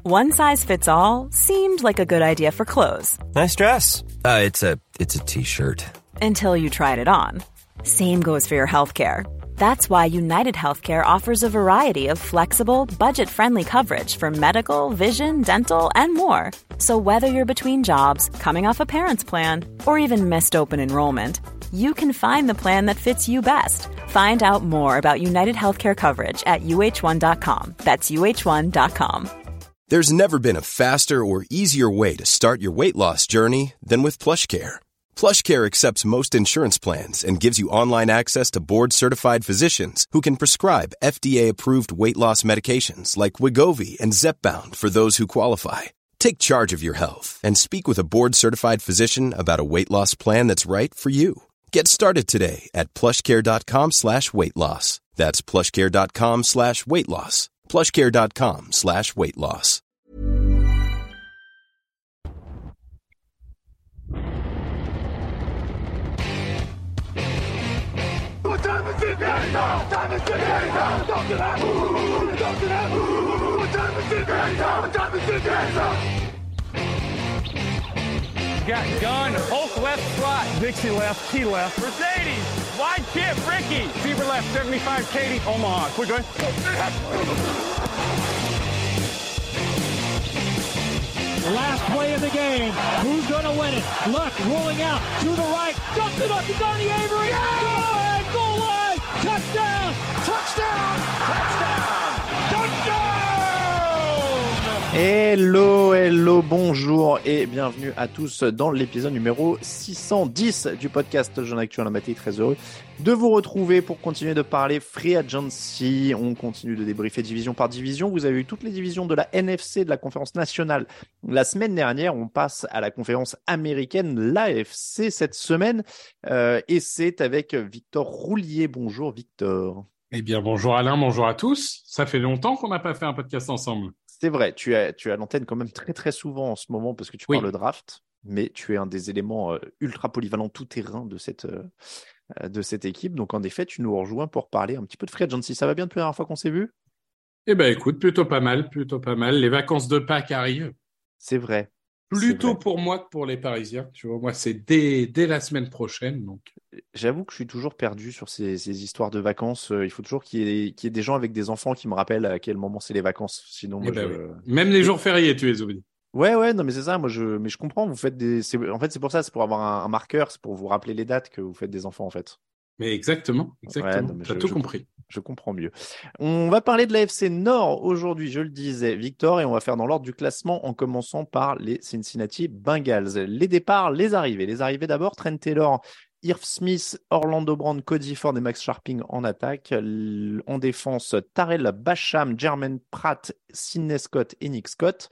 One size fits all seemed like a good idea for clothes. Nice dress. It's a t-shirt. Until you tried it on. Same goes for your healthcare. That's why United Healthcare offers a variety of flexible, budget-friendly coverage for medical, vision, dental, and more. So whether you're between jobs, coming off a parent's plan, or even missed open enrollment, you can find the plan that fits you best. Find out more about United Healthcare coverage at uh1.com. That's uh1.com. There's never been a faster or easier way to start your weight loss journey than with PlushCare. PlushCare accepts most insurance plans and gives you online access to board-certified physicians who can prescribe FDA-approved weight loss medications like Wegovy and Zepbound for those who qualify. Take charge of your health and speak with a board-certified physician about a weight loss plan that's right for you. Get started today at plushcare.com/weight-loss. That's plushcare.com/weight-loss. plushcare.com/weight-loss. What time is it now? Time is it now? Don't do that. Don't do that. What time is it now? What time is it now? Got gun, Hulk left slot, Dixie left, T left, Mercedes, wide chip, Ricky, Fever left, 75, Katie, Omaha, quick going. Last play of the game, who's gonna win it? Luck rolling out to the right, dumps it up to Donnie Avery, goal line, touchdown, touchdown, touchdown, touchdown! Hello, bonjour et bienvenue à tous dans l'épisode numéro 610 du podcast Jeune Actu Alamati. Très heureux de vous retrouver pour continuer de parler Free Agency. On continue de débriefer division par division. Vous avez eu toutes les divisions de la NFC, de la conférence nationale la semaine dernière. On passe à la conférence américaine, l'AFC cette semaine. Et c'est avec Victor Roulier. Bonjour Victor. Eh bien, bonjour Alain, bonjour à tous. Ça fait longtemps qu'on n'a pas fait un podcast ensemble. C'est vrai, tu as l'antenne quand même très très souvent en ce moment parce que tu parles de draft, mais tu es un des éléments ultra polyvalents tout-terrain de cette équipe. Donc en effet, tu nous rejoins pour parler un petit peu de Free Agency. Ça va bien depuis la dernière fois qu'on s'est vu? Eh bien écoute, plutôt pas mal. Les vacances de Pâques arrivent. C'est vrai. Plutôt pour moi que pour les Parisiens. Tu vois, moi c'est dès la semaine prochaine. Donc. J'avoue que je suis toujours perdu sur ces histoires de vacances. Il faut toujours qu'il y ait des gens avec des enfants qui me rappellent à quel moment c'est les vacances. Sinon, moi, oui. Même les jours fériés, tu les oublies. Ouais, non, mais c'est ça. Mais je comprends. Vous faites en fait, c'est pour ça. C'est pour avoir un marqueur. C'est pour vous rappeler les dates que vous faites des enfants, en fait. Mais exactement. Ouais, non, T'as tout compris. Je comprends mieux. On va parler de l'AFC Nord aujourd'hui, je le disais, Victor, et on va faire dans l'ordre du classement en commençant par les Cincinnati Bengals. Les départs, les arrivées. Les arrivées d'abord, Trent Taylor, Irv Smith, Orlando Brown, Cody Ford et Max Sharping en attaque. En défense, Tarell Basham, Jermaine Pratt, Sidney Jones, et Nick Scott.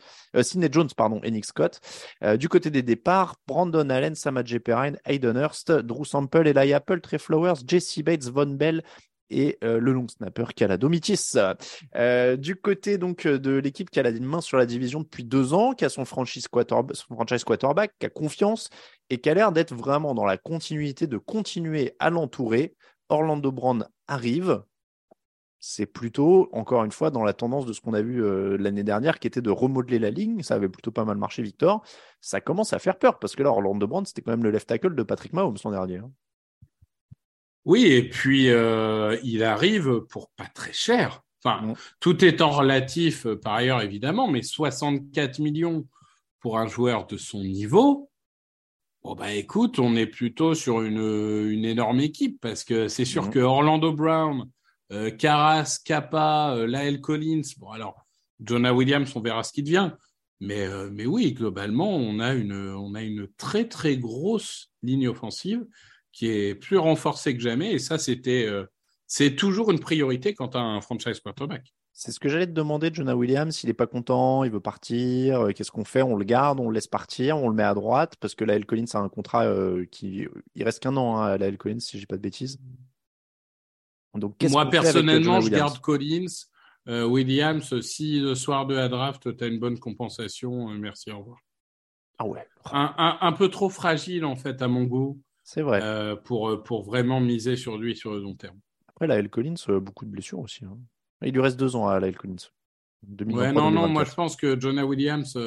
Du côté des départs, Brandon Allen, Samaje Perine, Hayden Hurst, Drew Sample, Eli Apple, Trey Flowers, Jesse Bates, Von Bell et le long snapper Kaladomitis. Du côté donc de l'équipe qui a la main sur la division depuis 2 ans, qui a son franchise quarterback, qui a confiance et qui a l'air d'être vraiment dans la continuité de continuer à l'entourer. Orlando Brown arrive. C'est plutôt, encore une fois, dans la tendance de ce qu'on a vu l'année dernière, qui était de remodeler la ligne. Ça avait plutôt pas mal marché, Victor. Ça commence à faire peur, parce que là, Orlando Brown, c'était quand même le left tackle de Patrick Mahomes l'an dernier. Oui, et puis il arrive pour pas très cher. Enfin, tout étant relatif par ailleurs, évidemment, mais 64 millions pour un joueur de son niveau. Bon, bah écoute, on est plutôt sur une énorme équipe parce que c'est sûr que Orlando Brown, Karras, Kappa, Lael Collins, bon alors, Jonah Williams, on verra ce qui devient. Mais oui, globalement, on a une très, très grosse ligne offensive qui est plus renforcée que jamais. Et ça, c'est toujours une priorité quand tu as un franchise quarterback. C'est ce que j'allais te demander de Jonah Williams. S'il n'est pas content, il veut partir. Qu'est-ce qu'on fait? On le garde, on le laisse partir, on le met à droite parce que Lael Collins a un contrat il reste qu'1 an à Lael Collins, si je dis pas de bêtises. Donc, moi, personnellement, je garde Collins. Williams, si le soir de la draft, tu as une bonne compensation, merci, au revoir. Ah ouais. Un peu trop fragile, en fait, à mon goût. C'est vrai. Pour vraiment miser sur lui sur le long terme. Après, Lael Collins, beaucoup de blessures aussi. Hein. Il lui reste 2 ans à Lael Collins. Ouais, non, moi je pense que Jonah Williams,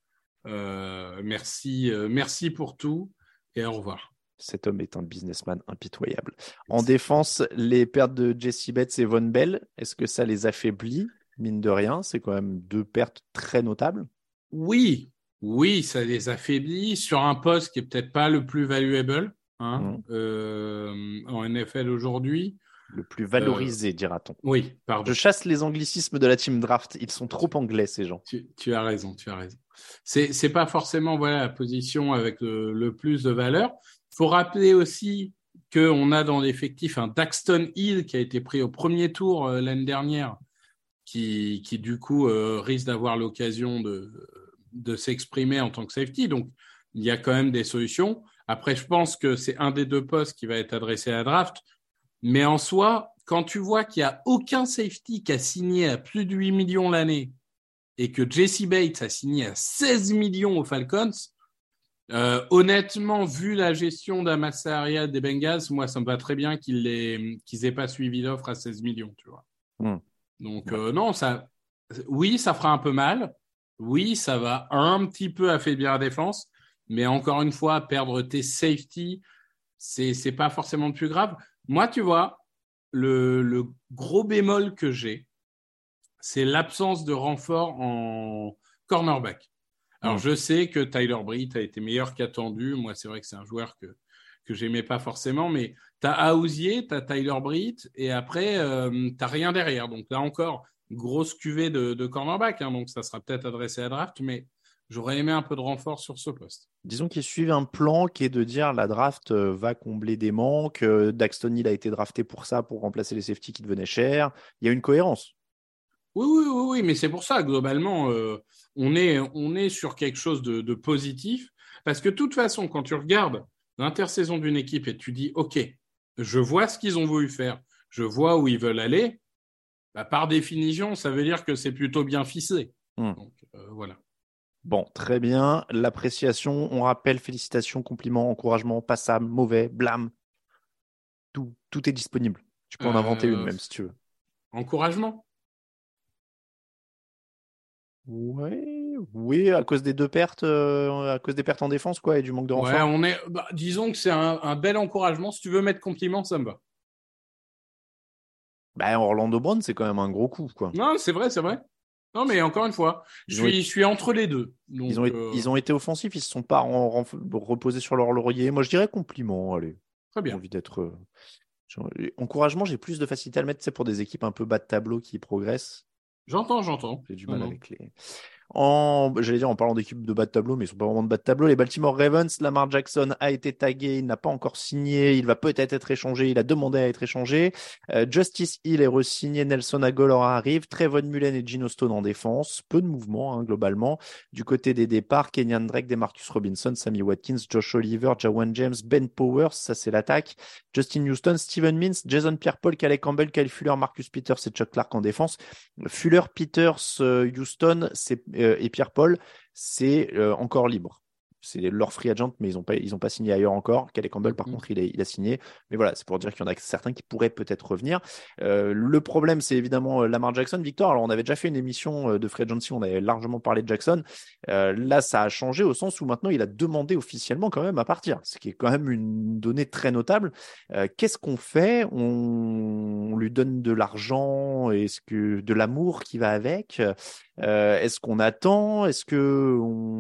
merci pour tout et au revoir. Cet homme est un businessman impitoyable. En défense, les pertes de Jesse Bates et Von Bell, est-ce que ça les affaiblit? Mine de rien, c'est quand même 2 pertes très notables. Oui, ça les affaiblit sur un poste qui est peut-être pas le plus valuable en NFL aujourd'hui. Le plus valorisé, dira-t-on. Oui, pardon. Je chasse les anglicismes de la team draft. Ils sont trop anglais, ces gens. Tu as raison. C'est pas forcément la position avec le plus de valeur. Il faut rappeler aussi qu'on a dans l'effectif un Daxton Hill qui a été pris au premier tour l'année dernière, qui du coup risque d'avoir l'occasion de s'exprimer en tant que safety. Donc, il y a quand même des solutions. Après, je pense que c'est un des 2 postes qui va être adressé à la draft. Mais en soi, quand tu vois qu'il n'y a aucun safety qui a signé à plus de 8 millions l'année et que Jesse Bates a signé à 16 millions aux Falcons, honnêtement, vu la gestion de la masse salariale des Bengals, moi, ça me va très bien qu'ils aient pas suivi l'offre à 16 millions, tu vois. Donc, non, oui, ça fera un peu mal. Oui, ça va un petit peu affaiblir la défense. Mais encore une fois, perdre tes safety, c'est pas forcément le plus grave. Moi, tu vois, le gros bémol que j'ai, c'est l'absence de renfort en cornerback. Alors, je sais que Tyler Britt a été meilleur qu'attendu. Moi, c'est vrai que c'est un joueur que j'aimais pas forcément, mais tu as Aouzier, tu as Tyler Britt, et après, tu n'as rien derrière. Donc là encore, grosse cuvée de cornerback, donc ça sera peut-être adressé à draft, mais j'aurais aimé un peu de renfort sur ce poste. Disons qu'ils suivent un plan qui est de dire la draft va combler des manques. Daxton Hill a été drafté pour ça, pour remplacer les safeties qui devenaient chers. Il y a une cohérence. Oui, mais c'est pour ça, globalement, on est sur quelque chose de positif. Parce que de toute façon, quand tu regardes l'intersaison d'une équipe et tu dis « Ok, je vois ce qu'ils ont voulu faire, je vois où ils veulent aller », par définition, ça veut dire que c'est plutôt bien ficelé. Donc, voilà. Bon, très bien. L'appréciation, on rappelle, félicitations, compliments, encouragements, passable, mauvais, blâme. Tout est disponible. Tu peux en inventer une même si tu veux. Encouragement. Oui, à cause des 2 pertes, à cause des pertes en défense, quoi, et du manque de renfort. Ouais, disons que c'est un bel encouragement. Si tu veux mettre compliment, ça me va. Orlando Brown, c'est quand même un gros coup, quoi. Non, c'est vrai. Non, mais encore une fois, je suis entre les deux. Donc, ils ont été offensifs, ils ne se sont pas reposés sur leur laurier. Moi, je dirais compliment. Allez. Très bien. J'ai envie d'être. Encouragement, j'ai plus de facilité à le mettre, pour des équipes un peu bas de tableau qui progressent. J'entends. J'ai du mal avec les. J'allais dire en parlant d'équipes de bas de tableau, mais ils sont pas vraiment de bas de tableau. Les Baltimore Ravens, Lamar Jackson a été tagué, il n'a pas encore signé, il va peut-être être échangé, il a demandé à être échangé. Justice Hill est re-signé, Nelson Agholor arrive, Trevon Mullen et Gino Stone en défense, peu de mouvement globalement. Du côté des départs, Kenyan Drake, Demarcus Robinson, Sammy Watkins, Josh Oliver, Jawan James, Ben Powers, ça c'est l'attaque. Justin Houston, Steven Mintz, Jason Pierre-Paul, Calais Campbell, Kyle Fuller, Marcus Peters et Chuck Clark en défense. Fuller, Peters, Houston, et Pierre-Paul, c'est encore libre. C'est leur free agent, mais ils ont pas signé ailleurs encore. Calais Campbell, par contre, il a signé. Mais voilà, c'est pour dire qu'il y en a certains qui pourraient peut-être revenir. Le problème, c'est évidemment Lamar Jackson. Victor, alors on avait déjà fait une émission de free agency, on avait largement parlé de Jackson. Là, ça a changé au sens où maintenant, il a demandé officiellement quand même à partir, ce qui est quand même une donnée très notable. Qu'est-ce qu'on fait ? On lui donne de l'argent, est-ce que de l'amour qui va avec ? Est-ce qu'on attend ? Parce que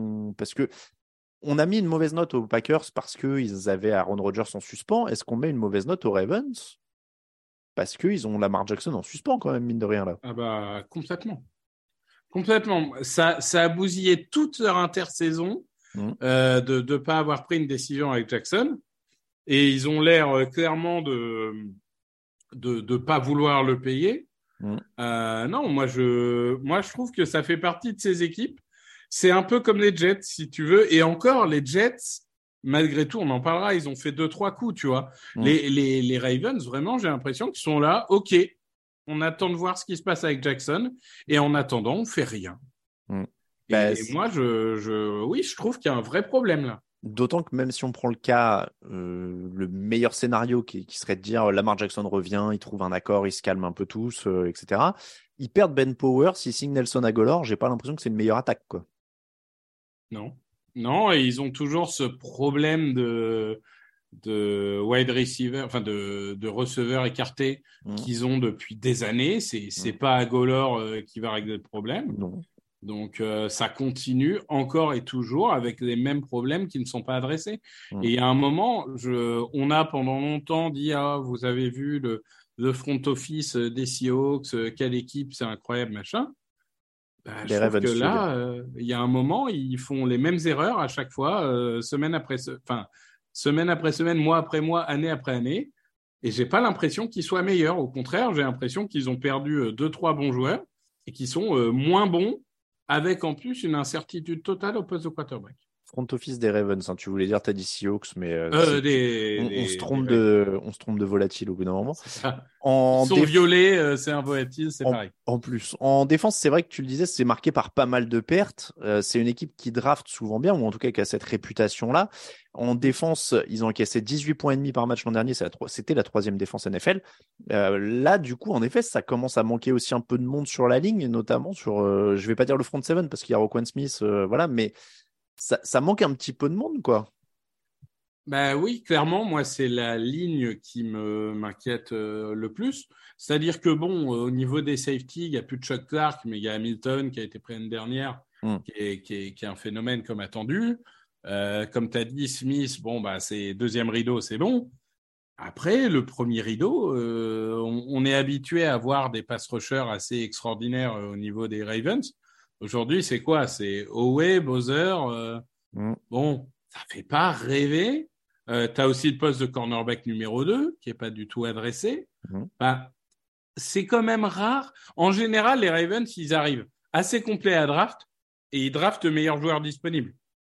on a mis une mauvaise note aux Packers parce qu'ils avaient Aaron Rodgers en suspens. Est-ce qu'on met une mauvaise note aux Ravens parce qu'ils ont Lamar Jackson en suspens quand même, mine de rien là? Complètement. Ça a bousillé toute leur intersaison de ne pas avoir pris une décision avec Jackson. Et ils ont l'air clairement de pas vouloir le payer. Non, moi je trouve que ça fait partie de ces équipes. C'est un peu comme les Jets, si tu veux. Et encore, les Jets, malgré tout, on en parlera, ils ont fait 2-3 coups, tu vois. Les Ravens, vraiment, j'ai l'impression qu'ils sont là. OK, on attend de voir ce qui se passe avec Jackson. Et en attendant, on fait rien. Et moi, je trouve qu'il y a un vrai problème là. D'autant que même si on prend le cas, le meilleur scénario qui serait de dire Lamar Jackson revient, il trouve un accord, ils se calment un peu tous, etc. Ils perdent Ben Powers, ils signent Nelson Agholor, j'ai pas l'impression que c'est une meilleure attaque, quoi. Non. Non, et ils ont toujours ce problème de wide receiver, enfin de receveur écarté qu'ils ont depuis des années. C'est pas Agholor qui va régler le problème. Non. Donc ça continue encore et toujours avec les mêmes problèmes qui ne sont pas adressés. Et il y a un moment, on a pendant longtemps dit vous avez vu le front office des Seahawks, quelle équipe, c'est incroyable, machin. Je trouve que là, il y a un moment, ils font les mêmes erreurs à chaque fois, semaine après semaine, mois après mois, année après année. Et j'ai pas l'impression qu'ils soient meilleurs. Au contraire, j'ai l'impression qu'ils ont perdu 2-3 bons joueurs et qu'ils sont moins bons, avec en plus une incertitude totale au poste de quarterback. Front office des Ravens, hein. Tu voulais dire t'as dit Seahawks, mais on se trompe de volatile au bout d'un moment. Ils sont violés, c'est un volatile, c'est pareil. En plus, en défense, c'est vrai que tu le disais, c'est marqué par pas mal de pertes. C'est une équipe qui draft souvent bien, ou en tout cas qui a cette réputation-là. En défense, ils ont encaissé 18 points et demi par match l'an dernier. C'était la 3e défense NFL. Là, du coup, en effet, ça commence à manquer aussi un peu de monde sur la ligne, notamment sur, je vais pas dire le front seven parce qu'il y a Roquan Smith, voilà, mais ça manque un petit peu de monde, quoi. Ben oui, clairement, moi, c'est la ligne qui m'inquiète le plus. C'est-à-dire que, au niveau des safety, il n'y a plus de Chuck Clark, mais il y a Hamilton qui a été pris l'année dernière, qui est un phénomène comme attendu. Comme tu as dit, Smith, c'est deuxième rideau, c'est bon. Après, le premier rideau, on est habitué à voir des pass rushers assez extraordinaires au niveau des Ravens. Aujourd'hui, c'est quoi? C'est Howe, Bowser. Ça fait pas rêver. Tu as aussi le poste de cornerback numéro 2 qui est pas du tout adressé. C'est quand même rare. En général, les Ravens, ils arrivent assez complets à draft et ils draftent le meilleur joueur disponible.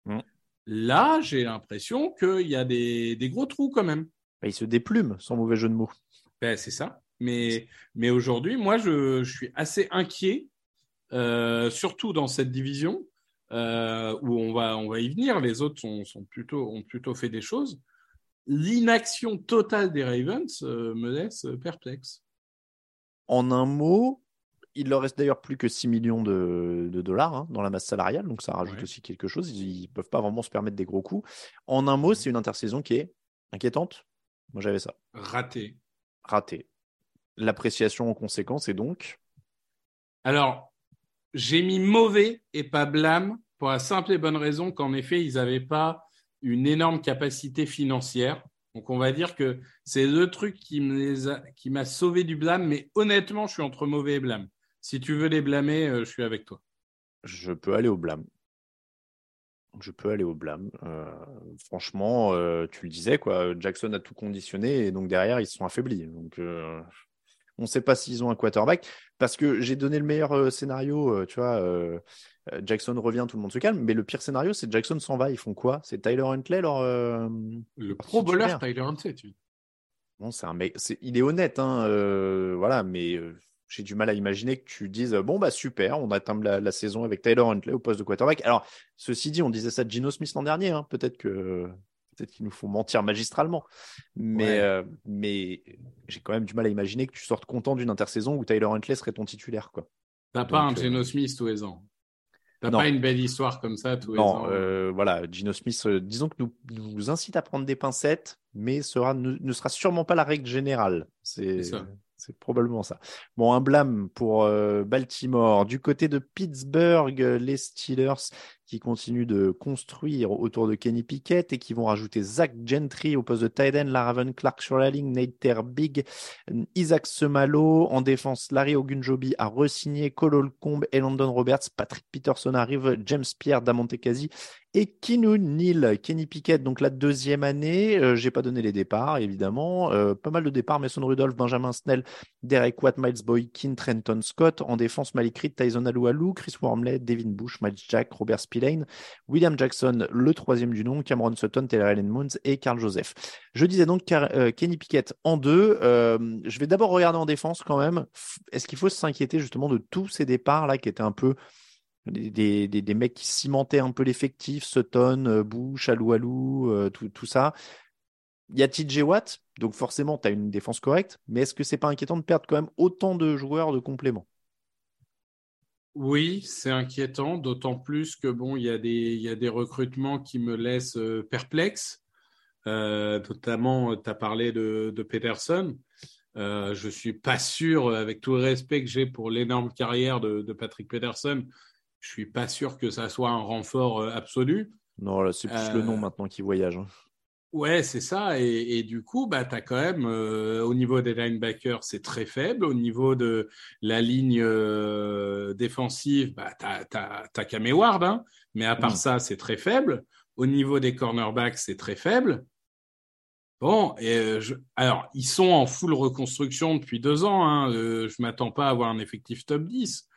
Là, j'ai l'impression qu'il y a des gros trous quand même. Ils se déplument, sans mauvais jeu de mots. C'est ça. Mais aujourd'hui, moi, je suis assez inquiet, surtout dans cette division où on va y venir. Les autres ont plutôt fait des choses. L'inaction totale des Ravens me laisse perplexe. En un mot, il leur reste d'ailleurs plus que 6 millions de dollars dans la masse salariale, donc ça rajoute aussi quelque chose. Ils ne peuvent pas vraiment se permettre des gros coups. En un mot, c'est une intersaison qui est inquiétante. Moi, j'avais ça. Raté. L'appréciation en conséquence est donc... Alors, j'ai mis mauvais et pas blâme pour la simple et bonne raison qu'en effet, ils n'avaient pas une énorme capacité financière. Donc, on va dire que c'est le truc qui m'a sauvé du blâme, mais honnêtement, je suis entre mauvais et blâme. Si tu veux les blâmer, je suis avec toi. Je peux aller au blâme. Franchement, tu le disais, quoi. Jackson a tout conditionné et donc derrière, ils se sont affaiblis. Donc, on ne sait pas s'ils ont un quarterback parce que j'ai donné le meilleur scénario, tu vois. Jackson revient, tout le monde se calme. Mais le pire scénario, c'est Jackson s'en va. Ils font quoi? C'est Tyler Huntley, le pro bowler Tyler Huntley. Bon, c'est un mec. Il est honnête, voilà. Mais j'ai du mal à imaginer que tu dises super, on atteint la saison avec Tyler Huntley au poste de quarterback. Alors, ceci dit, on disait ça de Geno Smith l'an dernier. Peut-être qu'il nous faut mentir magistralement. Mais j'ai quand même du mal à imaginer que tu sortes content d'une intersaison où Tyler Huntley serait ton titulaire, quoi. T'as pas un Geno Smith tous les ans. T'as pas une belle histoire comme ça tous les ans. Voilà, Geno Smith, disons que nous incite à prendre des pincettes, mais ne sera sûrement pas la règle générale. C'est ça. C'est probablement ça. Bon, un blâme pour Baltimore. Du côté de Pittsburgh, les Steelers qui continuent de construire autour de Kenny Pickett et qui vont rajouter Zach Gentry au poste de tight end, Laraven Clark sur la ligne, Nate Terbig, Isaac Semalo. En défense, Larry Ogunjobi a re-signé, Cole Holcomb et Landon Roberts. Patrick Peterson arrive, James Pierre, Damonte Kazi et Keenan Neal. Kenny Pickett, donc la 2e année. J'ai pas donné les départs, évidemment. Pas mal de départs. Mason Rudolph, Benjamin Snell, Derek Watt, Miles Boykin, Trenton Scott. En défense, Malik Reed, Tyson Alualu, Chris Wormley, Devin Bush, Miles Jack, Robert Spillane, William Jackson, le 3e du nom, Cameron Sutton, Taylor Allen Moons et Carl Joseph. Je disais donc Kenny Pickett en 2. Je vais d'abord regarder en défense quand même. Est-ce qu'il faut s'inquiéter justement de tous ces départs là qui étaient un peu des mecs qui cimentaient un peu l'effectif, Sutton, Bush, Alou, tout ça. Il y a TJ Watt, donc forcément, tu as une défense correcte, mais est-ce que c'est pas inquiétant de perdre quand même autant de joueurs de complément? Oui, c'est inquiétant, d'autant plus que bon, il y a des recrutements qui me laissent perplexe. Notamment, tu as parlé de Peterson. Je suis pas sûr, avec tout le respect que j'ai pour l'énorme carrière de Patrick Peterson, je suis pas sûr que ça soit un renfort absolu. Non, là, c'est plus le nom maintenant qui voyage. Hein. Ouais, c'est ça. Et du coup, bah, tu as quand même, au niveau des linebackers, c'est très faible. Au niveau de la ligne défensive, bah, tu as Cam Ward, hein, mais à part ça, c'est très faible. Au niveau des cornerbacks, c'est très faible. Bon, alors, ils sont en full reconstruction depuis 2 ans. Hein. Je m'attends pas à avoir un effectif top 10.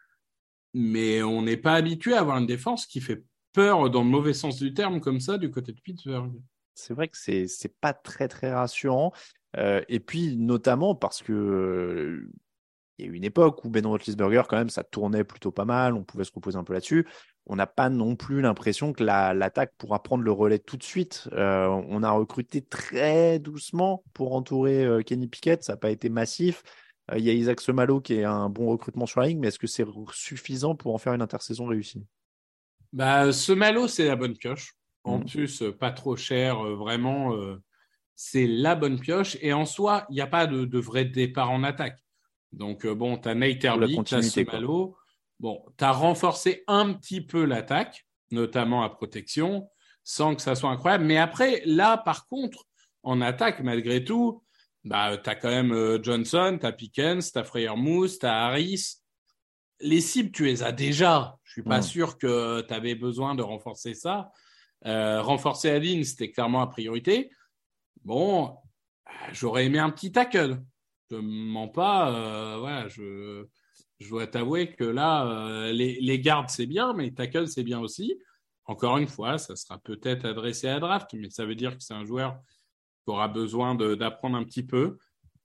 Mais on n'est pas habitué à avoir une défense qui fait peur dans le mauvais sens du terme comme ça du côté de Pittsburgh. C'est vrai que c'est pas très très rassurant. Et puis notamment parce que il y a eu une époque où Ben Roethlisberger, quand même, ça tournait plutôt pas mal. On pouvait se reposer un peu là-dessus. On n'a pas non plus l'impression que l'attaque pourra prendre le relais tout de suite. On a recruté très doucement pour entourer Kenny Pickett. Ça n'a pas été massif. Il y a Isaac Seumalo qui est un bon recrutement sur la ligne, mais est-ce que c'est suffisant pour en faire une intersaison réussie? Bah, Seumalo, c'est la bonne pioche. En plus, pas trop cher, vraiment, c'est la bonne pioche. Et en soi, il n'y a pas de vrai départ en attaque. Donc, bon, tu as Nate Herbig, tu as Seumalo. Bon, tu as renforcé un petit peu l'attaque, notamment à protection, sans que ça soit incroyable. Mais après, là, par contre, en attaque, malgré tout, bah, tu as quand même Johnson, tu as Pickens, tu as Freiermuth, tu as Harris. Les cibles, tu les as déjà. Je suis pas sûr que tu avais besoin de renforcer ça. Renforcer la ligne, c'était clairement la priorité. Bon, j'aurais aimé un petit tackle. Je ne mens pas. Voilà, je dois t'avouer que là, les gardes, c'est bien, mais les tackles, c'est bien aussi. Encore une fois, ça sera peut-être adressé à la draft, mais ça veut dire que c'est un joueur qui aura besoin d'apprendre un petit peu.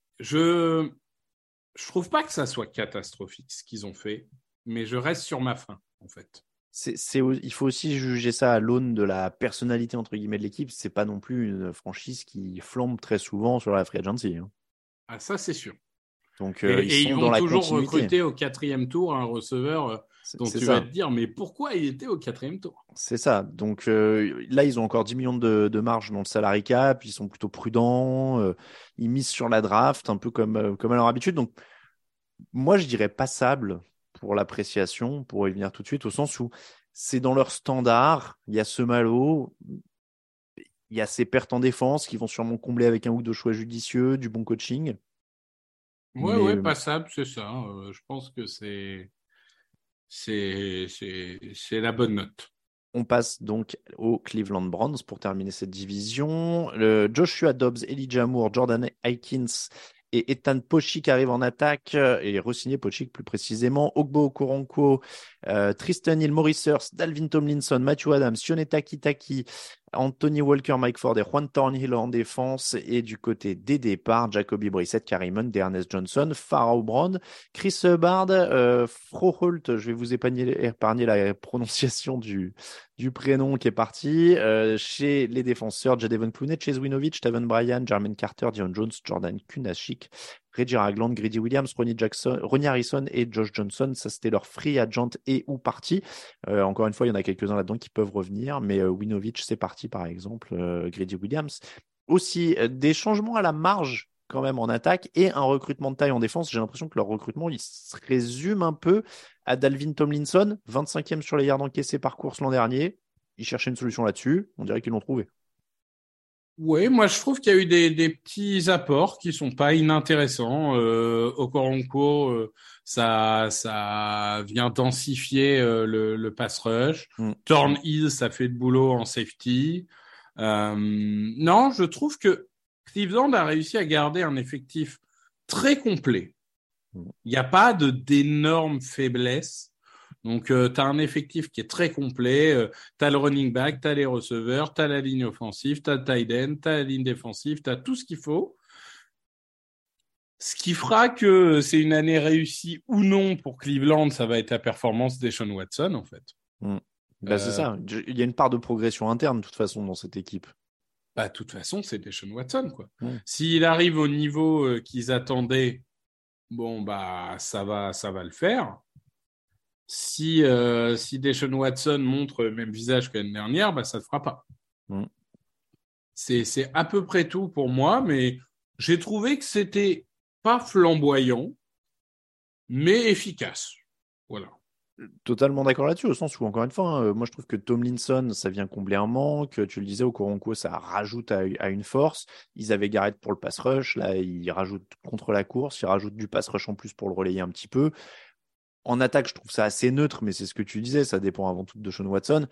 Je trouve pas que ça soit catastrophique ce qu'ils ont fait, mais je reste sur ma faim, en fait. Il faut aussi juger ça à l'aune de la personnalité entre guillemets de l'équipe. C'est pas non plus une franchise qui flambe très souvent sur la free agency. Hein. Ah, ça, c'est sûr. Donc, ils vont toujours recruter au 4e tour un receveur dont tu vas te dire, mais pourquoi il était au 4e tour? C'est ça. Donc là, ils ont encore 10 millions de marge dans le salary cap. Ils sont plutôt prudents. Ils misent sur la draft, un peu comme à leur habitude. Donc, moi, je dirais passable pour l'appréciation, pour y venir tout de suite, au sens où c'est dans leur standard. Il y a Seumalo, il y a ces pertes en défense qui vont sûrement combler avec un ou deux choix judicieux, du bon coaching. Ouais, passable, c'est ça. Je pense que c'est la bonne note. On passe donc aux Cleveland Browns pour terminer cette division. Joshua Dobbs, Elijah Moore, Jordan Aikins et Ethan Pochik arrivent en attaque, et re-signé Pochik plus précisément. Ogbo Okoronkwo, Tristan Hill, Maurice Hurst, Dalvin Tomlinson, Matthew Adams, Sione Takitaki, Anthony Walker, Mike Ford et Juan Thornhill en défense. Et du côté des départs, Jacoby Brissett, Kareem Hunt, Ernest Johnson, Pharaoh Brown, Chris Hubbard, Froholt, je vais vous épargner la prononciation du prénom qui est parti. Chez les défenseurs, Jadavion Clowney, Chase Winovich, Taven Bryan, Jermaine Carter, Dion Jones, Jordan Kunasik, Reggie Ragland, Grady Williams, Ronnie Harrison et Josh Johnson. Ça, c'était leur free agent et ou parti. Encore une fois, il y en a quelques-uns là-dedans qui peuvent revenir, mais Winovich, c'est parti, par exemple. Grady Williams. Aussi, des changements à la marge quand même en attaque et un recrutement de taille en défense. J'ai l'impression que leur recrutement, il se résume un peu à Dalvin Tomlinson, 25e sur les yards encaissés par course l'an dernier. Ils cherchaient une solution là-dessus. On dirait qu'ils l'ont trouvé. Oui, moi je trouve qu'il y a eu des petits apports qui sont pas inintéressants. Okoronkwo, ça vient densifier le pass rush. Thornhill, ça fait de boulot en safety. Non, je trouve que Cleveland a réussi à garder un effectif très complet. Il n'y a pas d'énormes faiblesses. Donc, tu as un effectif qui est très complet. Tu as le running back, tu as les receveurs, tu as la ligne offensive, tu as le tight end, tu as la ligne défensive, tu as tout ce qu'il faut. Ce qui fera que c'est une année réussie ou non pour Cleveland, ça va être la performance d'Deshaun Watson, en fait. C'est ça. Il y a une part de progression interne, de toute façon, dans cette équipe. De toute façon, c'est Deshaun Watson, quoi. S'il arrive au niveau qu'ils attendaient, ça va le faire. Si Deshaun Watson montre le même visage que l'année dernière, ça ne le fera pas. C'est à peu près tout pour moi, mais j'ai trouvé que c'était pas flamboyant, mais efficace. Voilà. Totalement d'accord là-dessus, au sens où, encore une fois, moi je trouve que Tomlinson, ça vient combler un manque. Tu le disais, Okoronkwo, ça rajoute à une force. Ils avaient Garrett pour le pass rush, là ils rajoutent contre la course, ils rajoutent du pass rush en plus pour le relayer un petit peu. En attaque, je trouve ça assez neutre, mais c'est ce que tu disais, ça dépend avant tout de Deshaun Watson.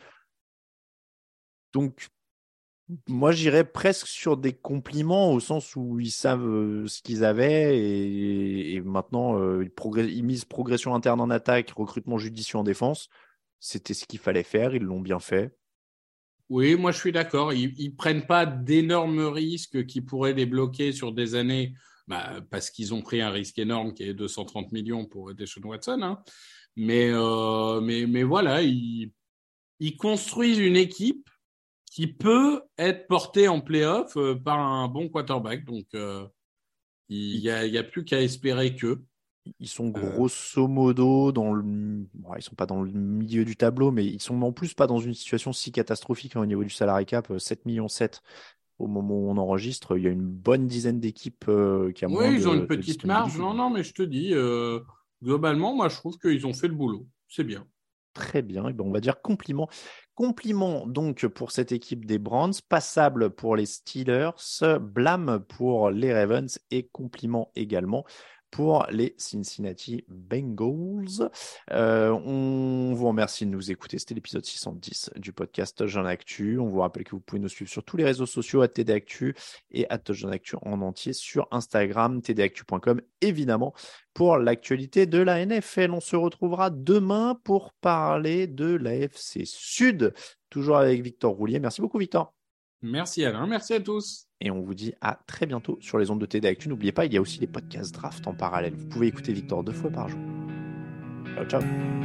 Donc, moi, j'irais presque sur des compliments au sens où ils savent ce qu'ils avaient et maintenant, ils misent progression interne en attaque, recrutement judicieux en défense. C'était ce qu'il fallait faire, ils l'ont bien fait. Oui, moi, je suis d'accord. Ils prennent pas d'énormes risques qui pourraient les bloquer sur des années parce qu'ils ont pris un risque énorme qui est 230 millions pour Deshaun Watson. Hein. Mais voilà, ils construisent une équipe qui peut être porté en play-off par un bon quarterback. Donc, il y a plus qu'à espérer qu'eux. Ils sont grosso modo ils sont pas dans le milieu du tableau, mais ils sont en plus pas dans une situation si catastrophique au niveau du salary cap, 7,7 millions au moment où on enregistre. Il y a une bonne dizaine d'équipes qui a moins de... Oui, ils ont une petite marge. Non, mais je te dis, globalement, moi, je trouve qu'ils ont fait le boulot. C'est bien. Très bien. Et on va dire compliment. Compliment donc pour cette équipe des Browns, passable pour les Steelers, blâme pour les Ravens et compliment également pour les Cincinnati Bengals. On vous remercie de nous écouter. C'était l'épisode 610 du podcast Touchdown Actu. On vous rappelle que vous pouvez nous suivre sur tous les réseaux sociaux @TDActu et @Touchdown Actu en entier sur Instagram, tdactu.com évidemment pour l'actualité de la NFL. On se retrouvera demain pour parler de l'AFC Sud, toujours avec Victor Roulier. Merci beaucoup Victor. Merci Alain, merci à tous. Et on vous dit à très bientôt sur les ondes de TD Actu. N'oubliez pas, il y a aussi les podcasts draft en parallèle. Vous pouvez écouter Victor 2 fois par jour. Ciao, ciao.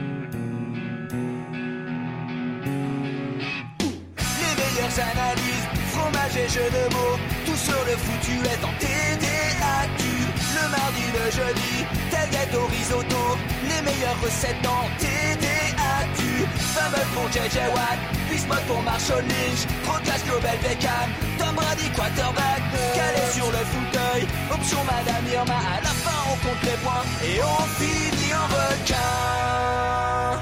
Les meilleures analyses, fromage et jeux de mots, tout sur le foutu est en TD Actu. Le mardi, le jeudi, tel gâteau risotto, les meilleures recettes en TD Actu. Fumble pour JJ Watt, Bismuth pour Marshall Lynch, Rocas Global Beckham, Tom Brady quarterback, calé sur le fauteuil, option Madame Irma, à la fin on compte les points et on finit en requin.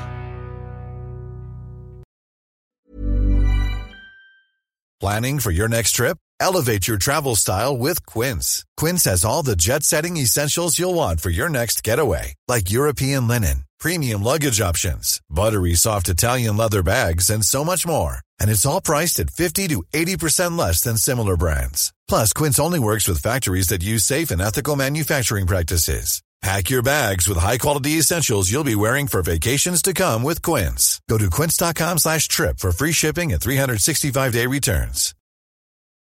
Planning for your next trip? Elevate your travel style with Quince. Quince has all the jet-setting essentials you'll want for your next getaway, like European linen, premium luggage options, buttery soft Italian leather bags, and so much more. And it's all priced at 50 to 80% less than similar brands. Plus, Quince only works with factories that use safe and ethical manufacturing practices. Pack your bags with high-quality essentials you'll be wearing for vacations to come with Quince. Go to quince.com/trip for free shipping and 365-day returns.